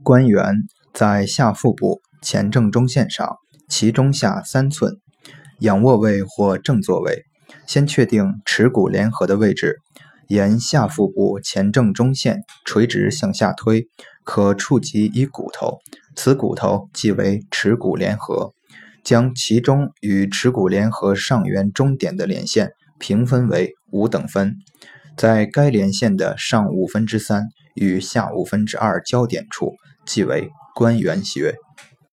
关元在下腹部前正中线上，其中下3寸，仰卧位或正坐位。先确定耻骨联合的位置，沿下腹部前正中线垂直向下推，可触及一骨头，此骨头即为耻骨联合。将其中与耻骨联合上缘中点的连线平分为5等分，在该连线的上3/5与下2/5交点处即为关元穴。